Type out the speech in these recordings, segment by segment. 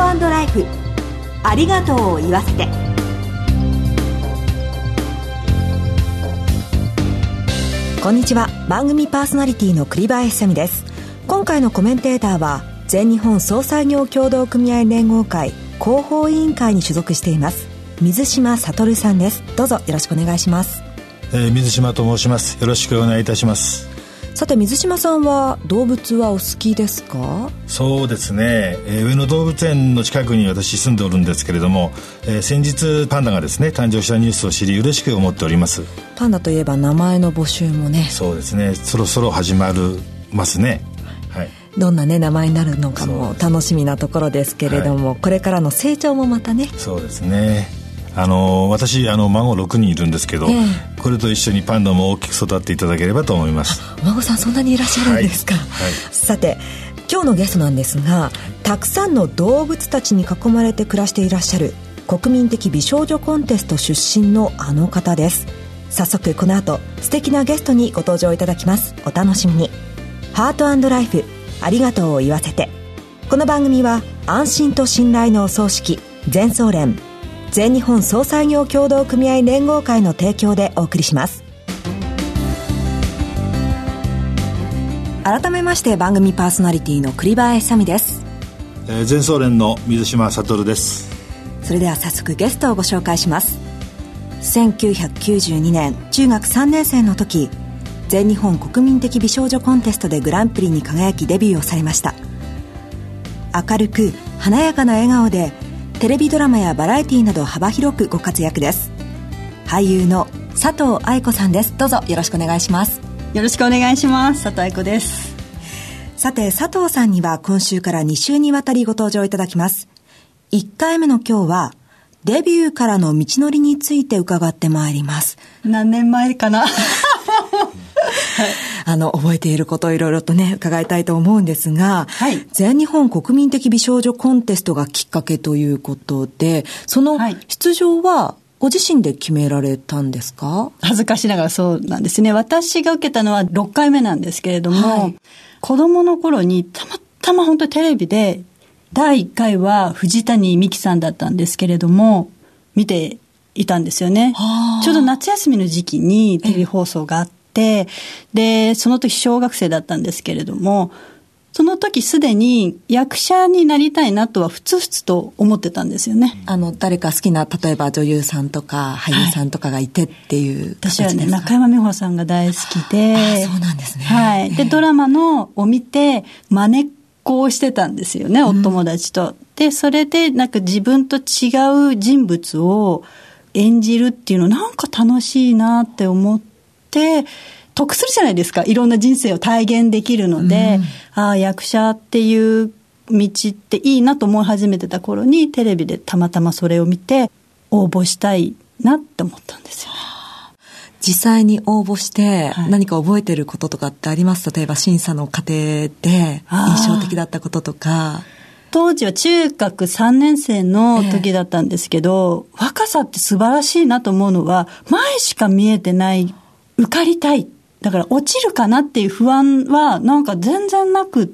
ライフ、ありがとうを言わせて。こんにちは。番組パーソナリティの栗林さみです。今回のコメンテーターは全日本総裁業協同組合連合会広報委員会に所属しています水島悟さんです。どうぞよろしくお願いします。 水島と申します。よろしくお願いいたします。 さて水島さんは動物はお好きですか？ そうですね、上野動物園の近くに私住んでおるんですけれども、先日パンダがですね誕生したニュースを知り嬉しく思っております。 パンダといえば名前の募集もね、 そうですね、そろそろ始まりますね。はい、 どんなね名前になるのかも楽しみなところですけれども、はい、これからの成長もまたね。 そうですね、私孫6人いるんですけど、これと一緒にパンダも大きく育っていただければと思います。 孫さんそんなにいらっしゃるんですか？はいはい、さて今日のゲストなんですが、たくさんの動物たちに囲まれて暮らしていらっしゃる国民的美少女コンテスト出身のあの方です。早速この後素敵なゲストにご登場いただきます。お楽しみに。ハート&ライフ、ありがとうを言わせて。この番組は安心と信頼のお葬式全総連全日本総裁業協同組合連合会の提供でお送りします。改めまして番組パーソナリティの栗林さみです。 全総連の水島悟です。 それでは早速ゲストをご紹介します。1992年中学3年生の時、全日本国民的美少女コンテストでグランプリに輝きデビューをされました。明るく華やかな笑顔でテレビドラマやバラエティなど幅広くご活躍です。俳優の佐藤愛子さんです。どうぞよろしくお願いします。 よろしくお願いします。佐藤愛子です。 さて佐藤さんには今週から2週にわたりご登場いただきます。1回目の今日はデビューからの道のりについて伺ってまいります。 何年前かな覚えていることをいろいろとね伺いたいと思うんですが、はい、全日本国民的美少女コンテストがきっかけということで、その出場はご自身で決められたんですか？ 恥ずかしながらそうなんですね。私が受けたのは6回目なんですけれども、はい、子供の頃にたまたま本当にテレビで第1回は藤谷美紀さんだったんですけれども見ていたんですよね。ちょうど夏休みの時期にテレビ放送があって、でその時小学生だったんですけれども、その時すでに役者になりたいなとはふつふつと思ってたんですよね。 誰か好きな例えば女優さんとか俳優さんとかがいてっていう形ですか？ 私はね中山美穂さんが大好きで、 そうなんですね。 はい。でドラマを見て真似っこをしてたんですよね、お友達と。でそれでなんか自分と違う人物を演じるっていうのなんか楽しいなって思って得するじゃないですか。いろんな人生を体現できるので、役者っていう道っていいなと思い始めてた頃にテレビでたまたまそれを見て応募したいなって思ったんですよね。 実際に応募して何か覚えてることとかってあります？例えば審査の過程で印象的だったこととか。 当時は中学3年生の時だったんですけど、若さって素晴らしいなと思うのは前しか見えてない、受かりたい、だから落ちるかなっていう不安はなんか全然なくって、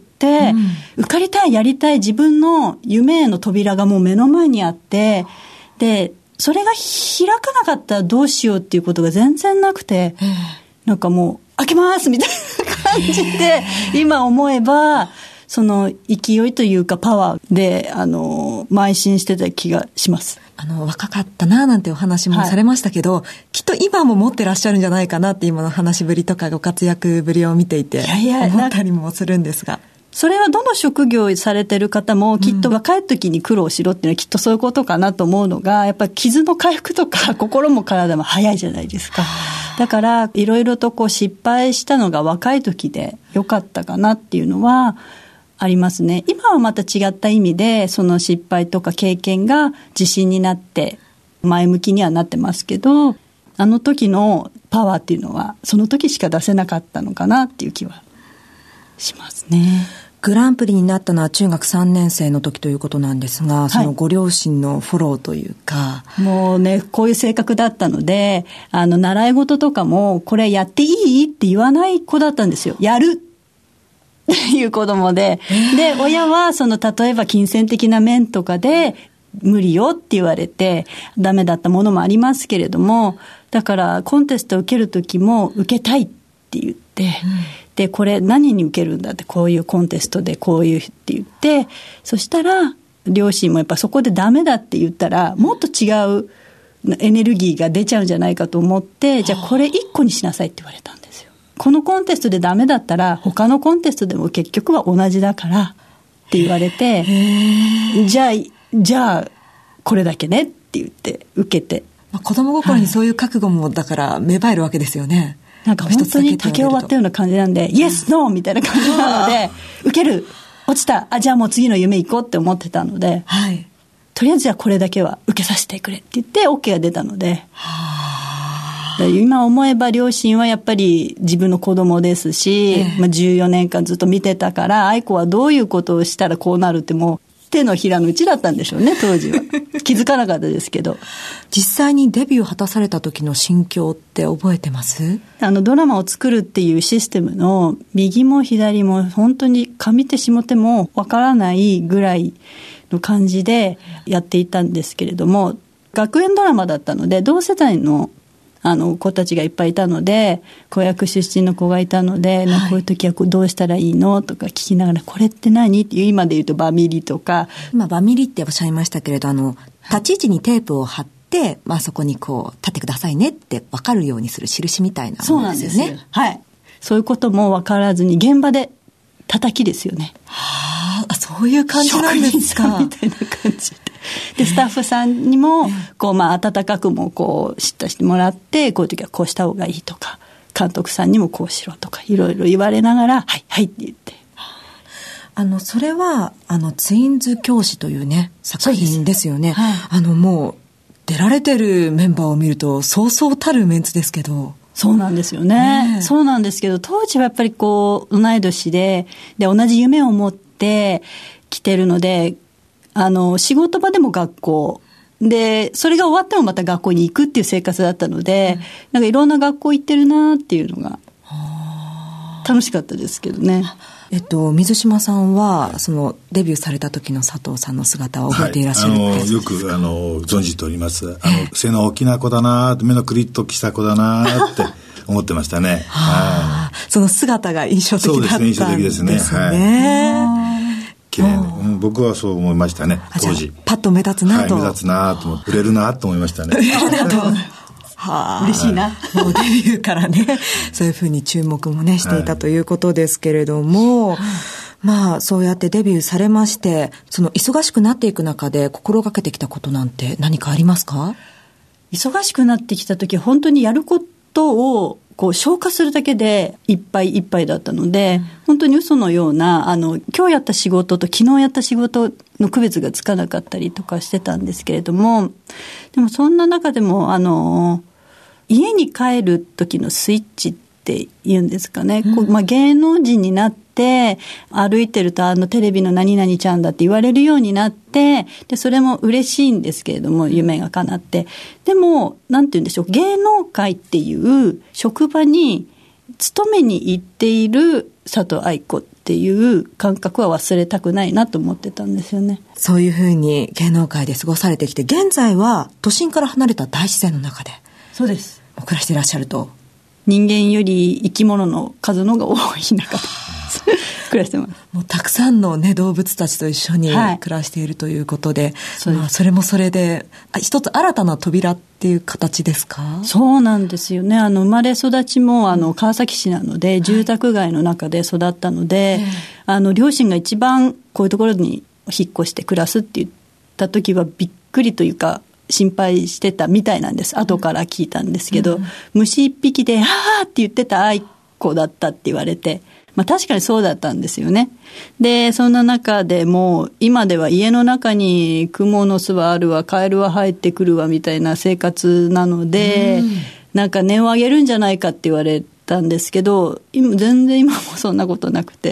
受かりたい、やりたい、自分の夢への扉がもう目の前にあって、でそれが開かなかったらどうしようっていうことが全然なくて、なんかもう開けますみたいな感じで今思えばその勢いというかパワーで邁進してた気がします。 若かったななんてお話もされましたけど、きっと今も持ってらっしゃるんじゃないかなって今の話ぶりとかご活躍ぶりを見ていて思ったりもするんですが、 それはどの職業されてる方もきっと若い時に苦労しろっていうのはきっとそういうことかなと思うのが、やっぱり傷の回復とか心も体も早いじゃないですか。だからいろいろと失敗したのが若い時でよかったかなっていうのはありますね。今はまた違った意味でその失敗とか経験が自信になって前向きにはなってますけど、あの時のパワーっていうのはその時しか出せなかったのかなっていう気はしますね。 グランプリになったのは中学3年生の時ということなんですが、そのご両親のフォローというか、 もうねこういう性格だったので習い事とかもこれやっていいって言わない子だったんですよ。やるいう子供で、で、親は例えば金銭的な面とかで無理よって言われてダメだったものもありますけれども、だからコンテストを受ける時も受けたいって言って、で、これ何に受けるんだって、こういうコンテストでこういうって言って、そしたら両親もやっぱそこでダメだって言ったらもっと違うエネルギーが出ちゃうんじゃないかと思って、じゃあこれ1個にしなさいって言われたんですよ。このコンテストでダメだったら他のコンテストでも結局は同じだからって言われて、じゃあこれだけねって言って受けて、 子供心にそういう覚悟もだから芽生えるわけですよね。 なんか本当に竹を割ったような感じなんで、イエスノーみたいな感じなので、受ける、落ちた、じゃあもう次の夢行こうって思ってたので、とりあえずじゃあこれだけは受けさせてくれって言って OK が出たので、今思えば両親はやっぱり自分の子供ですし、14年間ずっと見てたから、愛子はどういうことをしたらこうなるってもう手のひらの内だったんでしょうね、当時は。気づかなかったですけど。 実際にデビューを果たされた時の心境って覚えてます？ ドラマを作るっていうシステムの右も左も本当に上手下手もわからないぐらいの感じでやっていたんですけれども、学園ドラマだったので同世代の子たちがいっぱいいたので、子役出身の子がいたので、こういう時はどうしたらいいのとか聞きながら、これって何っていう、今で言うとバミリとか。 今バミリっておっしゃいましたけれど、立ち位置にテープを貼って、そこに立ってくださいねって分かるようにする印みたいなものですよね。そうなんですよ。はい。 そういうことも分からずに現場で叩きですよね。 そういう感じなんですか。 みたいな感じで。で、スタッフさんにも、温かくも知ったしてもらって、こういう時はこうした方がいいとか、監督さんにもこうしろとか、いろいろ言われながら、はい、はいって言って。 それは、ツインズ教師というね、作品ですよね。もう、出られてるメンバーを見ると、そうそうたるメンツですけど。 そうなんですよね。そうなんですけど、当時はやっぱり同い年で、同じ夢を持って来てるので、仕事場でも学校で、それが終わってもまた学校に行くっていう生活だったので、なんかいろんな学校行ってるなっていうのが楽しかったですけどね。 水島さんはデビューされた時の佐藤さんの姿を覚えていらっしゃるんですか？ よく存じております。背の大きな子だな、目のクリッとした子だなって思ってましたね。 その姿が印象的だったんですね。 そうですね、印象的ですね。綺麗な、僕はそう思いましたね、当時。 パッと目立つなと。 目立つなと思って、売れるなと思いましたね。 ありがとう。 嬉しいな。 もうデビューからね、そういうふうに注目もね、していたということですけれども、そうやってデビューされまして、忙しくなっていく中で心がけてきたことなんて何かありますか？ 忙しくなってきた時、本当にやることを消化するだけでいっぱいいっぱいだったので、本当に嘘のような今日やった仕事と昨日やった仕事の区別がつかなかったりとかしてたんですけれども、でもそんな中でも家に帰る時のスイッチっていうんですかね、芸能人になって歩いてるとテレビの何々ちゃんだって言われるようになって、でそれも嬉しいんですけれども、夢が叶って、でもなんて言うんでしょう、芸能界っていう職場に勤めに行っている佐藤愛子っていう感覚は忘れたくないなと思ってたんですよね。 そういうふうに芸能界で過ごされてきて、現在は都心から離れた大自然の中でそうです暮らしていらっしゃると。 人間より生き物の数の方が多い中で暮らしてます。 もうたくさんのね、動物たちと一緒に暮らしているということで、それもそれで一つ新たな扉っていう形ですか？ そうなんですよね。生まれ育ちも川崎市なので、住宅街の中で育ったので、両親が一番こういうところに引っ越して暮らすって言った時はびっくりというか心配してたみたいなんです。後から聞いたんですけど、虫一匹で「あー」って言ってた愛子だったって言われて、確かにそうだったんですよね。でそんな中でもう今では家の中に蜘蛛の巣はあるわ、カエルは入ってくるわみたいな生活なので、なんか音を上げるんじゃないかって言われたんですけど、全然今もそんなことなくて、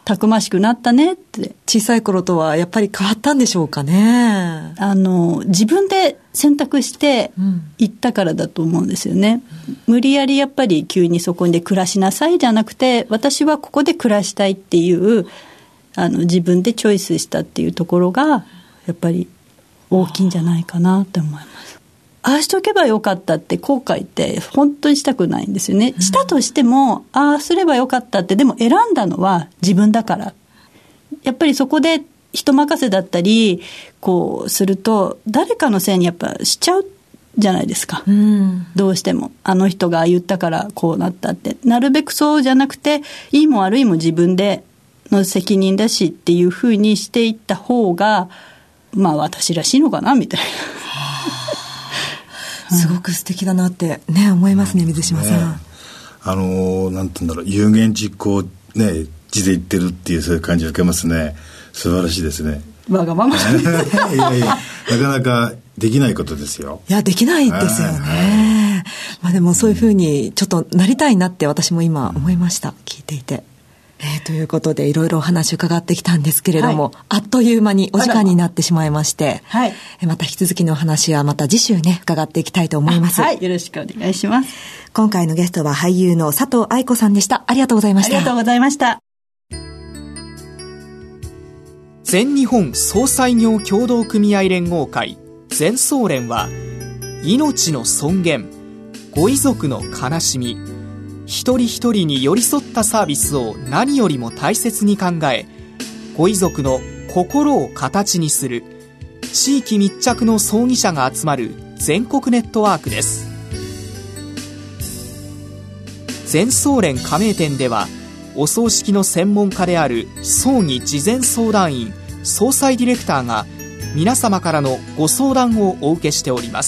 たくましくなったねって。 小さい頃とはやっぱり変わったんでしょうかね。 自分で選択して行ったからだと思うんですよね、無理やりやっぱり急にそこで暮らしなさいじゃなくて、私はここで暮らしたいっていう自分でチョイスしたっていうところがやっぱり大きいんじゃないかなと思います。ああしておけばよかったって後悔って本当にしたくないんですよね、したとしてもああすればよかったって、でも選んだのは自分だから。やっぱりそこで人任せだったりこうすると誰かのせいにやっぱしちゃうじゃないですか、どうしてもあの人が言ったからこうなったって。なるべくそうじゃなくて、いいも悪いも自分での責任だしっていうふうにしていった方がまあ私らしいのかなみたいなすごく素敵だなってね思いますね、水島さん、 なんて言うんだろう、有言実行ね、字で言ってるっていうそういう感じを受けますね。素晴らしいですね。 わがままいやなかなかできないことですよ。 いやできないですよね、まあ、でもそういうふうにちょっとなりたいなって私も今思いました、聞いていて。ということでいろいろお話伺ってきたんですけれども、あっという間にお時間になってしまいまして、また引き続きのお話はまた次週ね伺っていきたいと思います。 よろしくお願いします。 今回のゲストは俳優の佐藤愛子さんでした。ありがとうございました。 ありがとうございました。 全日本総裁業協同組合連合会全総連は、命の尊厳、ご遺族の悲しみ、一人一人に寄り添ったサービスを何よりも大切に考え、ご遺族の心を形にする地域密着の葬儀社が集まる全国ネットワークです。全総連加盟店では、お葬式の専門家である葬儀事前相談員、葬祭ディレクターが皆様からのご相談をお受けしております。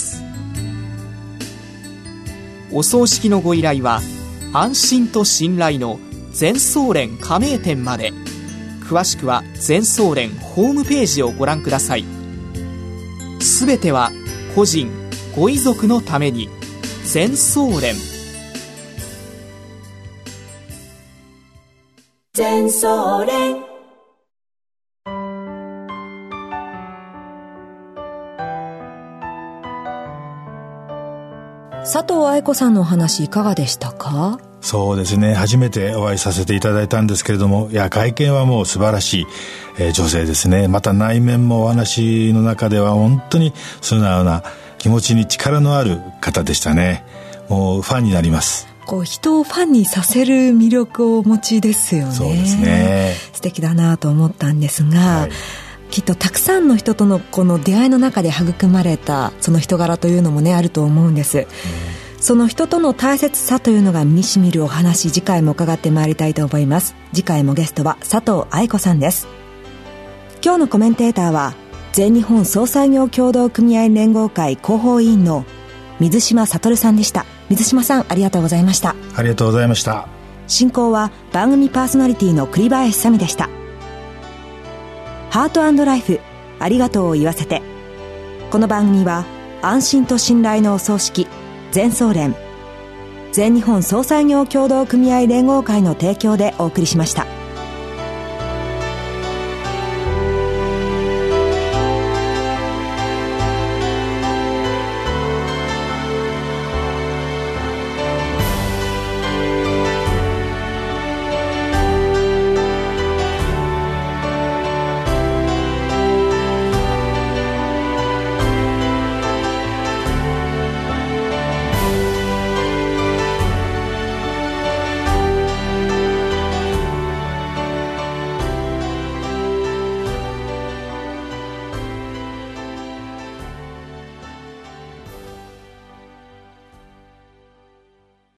お葬式のご依頼は安心と信頼の全総連加盟店まで。詳しくは全総連ホームページをご覧ください。すべては個人ご遺族のために。全総連。 全総連。佐藤愛子さんのお話いかがでしたか？ そうですね、初めてお会いさせていただいたんですけれども、いや会見はもう素晴らしい、女性ですね。また内面もお話の中では本当に素直な気持ちに力のある方でしたね。もうファンになります。 こう人をファンにさせる魅力をお持ちですよね。 そうですね、 素敵だなと思ったんですが、きっとたくさんの人とのこの出会いの中で育まれたその人柄というのもねあると思うんです、その人との大切さというのが身にしみるお話、次回も伺ってまいりたいと思います。次回もゲストは佐藤愛子さんです。今日のコメンテーターは全日本総裁業協同組合連合会広報委員の水島悟さんでした。水島さん、ありがとうございました。 ありがとうございました。 進行は番組パーソナリティの栗林さみでした。ハート&ライフ、ありがとうを言わせて。この番組は安心と信頼のお葬式全総連、全日本総裁業協同組合連合会の提供でお送りしました。